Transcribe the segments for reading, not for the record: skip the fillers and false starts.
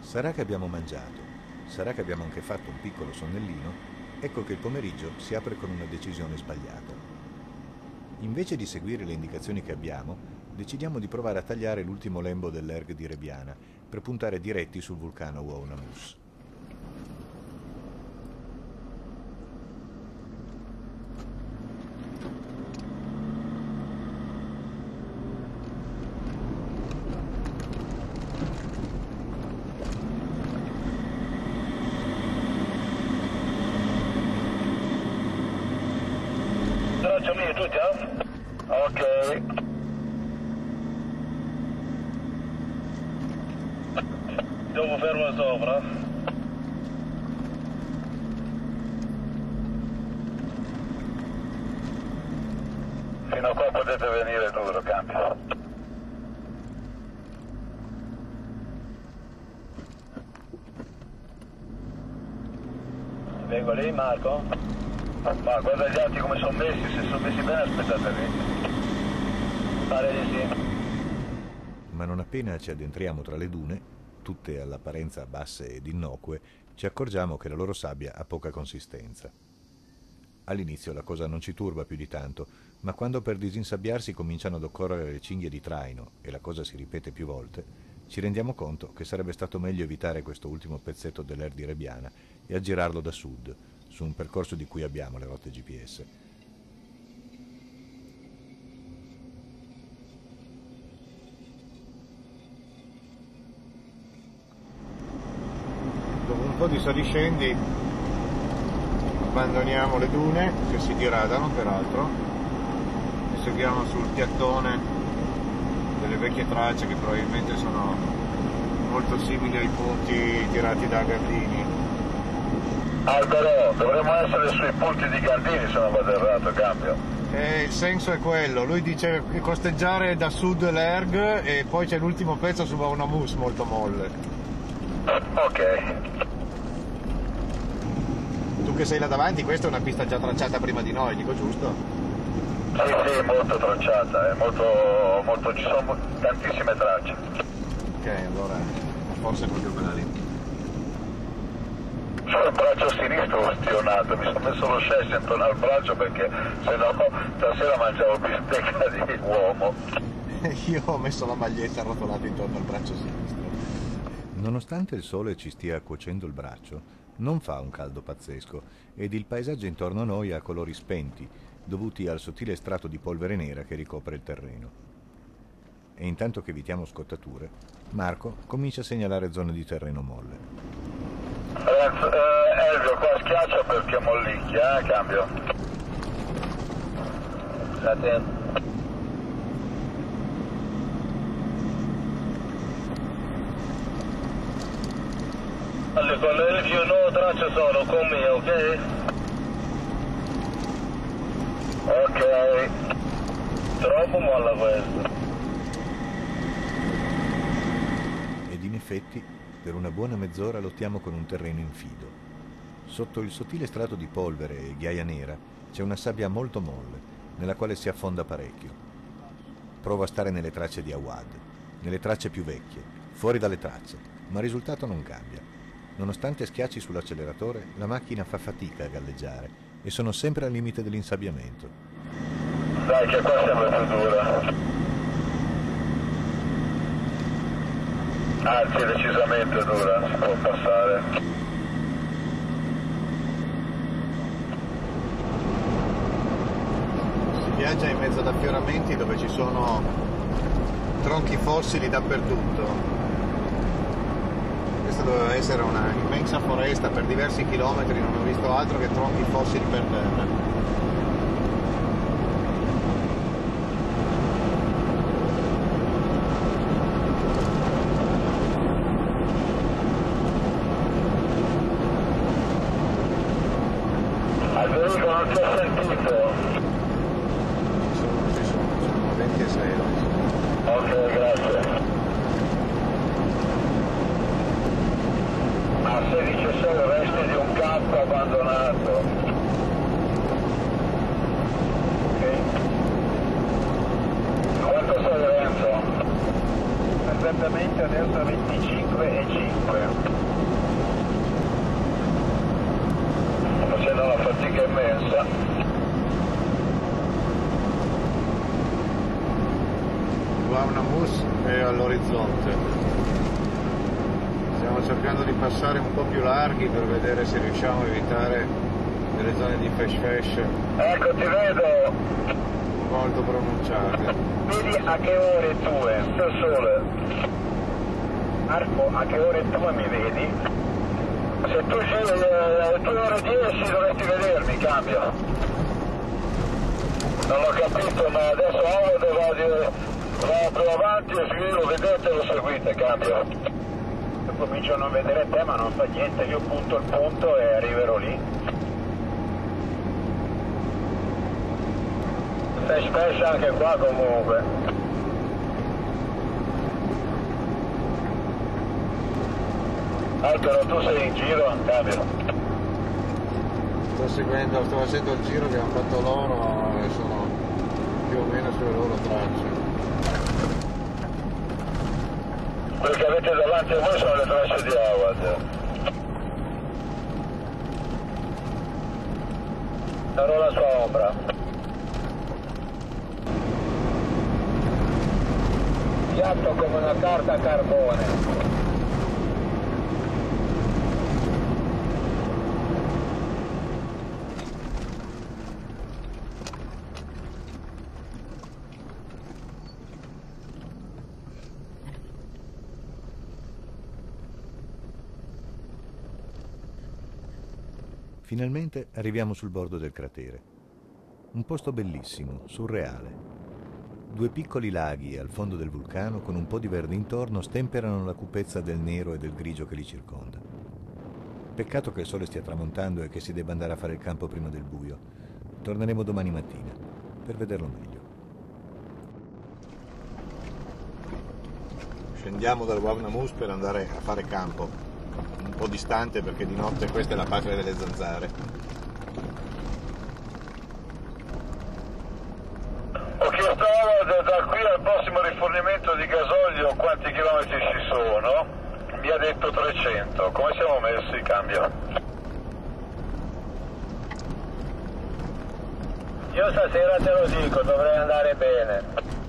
Sarà che abbiamo mangiato, sarà che abbiamo anche fatto un piccolo sonnellino, ecco che il pomeriggio si apre con una decisione sbagliata. Invece di seguire le indicazioni che abbiamo, decidiamo di provare a tagliare l'ultimo lembo dell'erg di Rebiana per puntare diretti sul vulcano Ounamus. Ok. Dopo fermo sopra. Fino a qua potete venire duro, cambio. Vengo lì, Marco? Ma guarda gli altri come sono messi, se sono messi bene aspettate lì. Pare di sì. Ma non appena ci addentriamo tra le dune, tutte all'apparenza basse ed innocue, ci accorgiamo che la loro sabbia ha poca consistenza. All'inizio la cosa non ci turba più di tanto, ma quando per disinsabbiarsi cominciano ad occorrere le cinghie di traino e la cosa si ripete più volte, ci rendiamo conto che sarebbe stato meglio evitare questo ultimo pezzetto dell'Er di Rebiana e aggirarlo da sud, su un percorso di cui abbiamo le rotte GPS. Dopo un po' di saliscendi abbandoniamo le dune che si diradano peraltro e seguiamo sul piattone delle vecchie tracce che probabilmente sono molto simili ai punti tirati da Gardini. Albero, dovremmo essere sui punti di Gardini se non vado errato, cambio. Il senso è quello, lui dice costeggiare da sud l'Erg e poi c'è l'ultimo pezzo su Ounamus molto molle. Ok. Tu che sei là davanti, questa è una pista già tracciata prima di noi, dico giusto? Sì, molto tracciata, molto, ci sono tantissime tracce. Ok, allora forse è proprio quella lì. Sono il braccio sinistro ho stionato, mi sono messo lo chassis intorno al braccio perché sennò stasera mangiavo bistecca di uomo. Io ho messo la maglietta arrotolata intorno al braccio sinistro. Nonostante il sole ci stia cuocendo il braccio, non fa un caldo pazzesco ed il paesaggio intorno a noi ha colori spenti, dovuti al sottile strato di polvere nera che ricopre il terreno. E intanto che evitiamo scottature, Marco comincia a segnalare zone di terreno molle. Elvio, qua schiaccia perché mollicchia, cambio. State. Allora, con Elvio no tracce sono con me, ok? Ok. Troppo molla questo. Ed in effetti, per una buona mezz'ora lottiamo con un terreno infido. Sotto il sottile strato di polvere e ghiaia nera c'è una sabbia molto molle, nella quale si affonda parecchio. Provo a stare nelle tracce di Awad, nelle tracce più vecchie, fuori dalle tracce, ma il risultato non cambia. Nonostante schiacci sull'acceleratore, la macchina fa fatica a galleggiare e sono sempre al limite dell'insabbiamento. Dai che qua sembra più dura. Anzi, decisamente dura, si può passare. Si viaggia in mezzo ad affioramenti dove ci sono tronchi fossili dappertutto. Questa doveva essere una immensa foresta per diversi chilometri, non ho visto altro che tronchi fossili per terra. Non ti ho sentito. Sono 26 adesso. Ok, grazie. A 16 solo resti di un campo abbandonato. Ok. Quanto sei Renzo? esattamente adesso a 25,5. Facendo una fatica immensa. Guavna Mus è all'orizzonte. Stiamo cercando di passare un po' più larghi per vedere se riusciamo a evitare delle zone di fesh. Ecco, ti vedo. Molto pronunciate. Vedi a che ore tu è? Il sole. Marco, a che ore tu mi vedi? Se tu giri alle 2 ore 10 dovresti vedermi, cambio. Non l'ho capito, ma adesso Howard va più avanti e giro, vedete, lo seguite, cambio. Io comincio a non vedere te, ma non fa niente, io punto il punto e arriverò lì. Fesh anche qua comunque. Albero, tu sei in giro? Cambio. Sto facendo il giro che hanno fatto loro e sono più o meno sulle loro tracce. Quelle che avete davanti a voi sono le tracce di Howard. Sarò la sua ombra. Piatto come una carta a carbone. Finalmente arriviamo sul bordo del cratere. Un posto bellissimo, surreale. 2 piccoli laghi al fondo del vulcano con un po' di verde intorno stemperano la cupezza del nero e del grigio che li circonda. Peccato che il sole stia tramontando e che si debba andare a fare il campo prima del buio. Torneremo domani mattina per vederlo meglio. Scendiamo dal Guavna Mus per andare a fare campo, un po' distante perché di notte questa è la patria delle zanzare. Ho chiesto da qui al prossimo rifornimento di gasolio quanti chilometri ci sono, mi ha detto 300, come siamo messi? Cambio. Io stasera te lo dico, dovrei andare bene.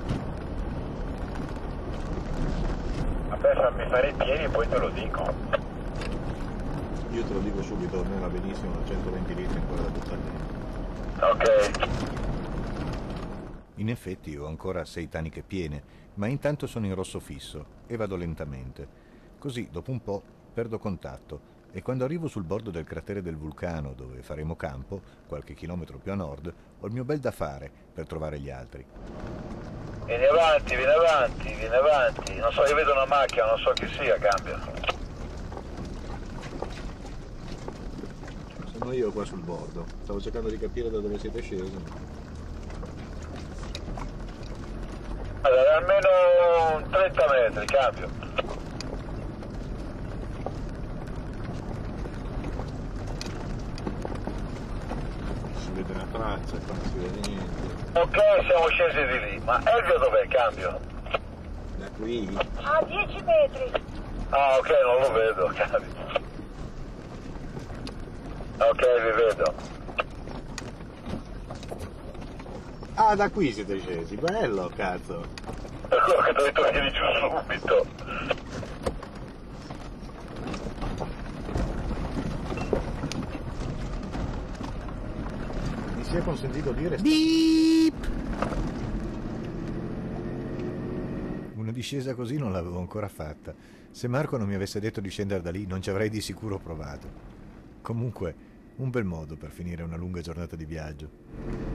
Vabbè, fammi fare i piedi e poi te lo dico. Io te lo dico subito, a me va benissimo, 120 litri ancora da buttare dentro. Ok. In effetti ho ancora 6 taniche piene, ma intanto sono in rosso fisso e vado lentamente. Così, dopo un po', perdo contatto e quando arrivo sul bordo del cratere del vulcano, dove faremo campo, qualche chilometro più a nord, ho il mio bel da fare per trovare gli altri. Vieni avanti, vieni avanti, vieni avanti. Non so, io vedo una macchina, non so chi sia, cambio. Sono io qua sul bordo, stavo cercando di capire da dove siete scesi. Allora, almeno 30 metri, cambio. Si vede una traccia, qua non si vede niente. Ok, siamo scesi di lì, ma Elvio dov'è, cambio? Da qui? A 10 metri. Ah, ok, non lo vedo, cambio. Ok, vi vedo. Ah, da qui siete scesi, bello, cazzo. Per quello che ti ho detto vieni giù subito. Mi sia consentito dire... Beep! Una discesa così non l'avevo ancora fatta. Se Marco non mi avesse detto di scendere da lì, non ci avrei di sicuro provato. Comunque, un bel modo per finire una lunga giornata di viaggio.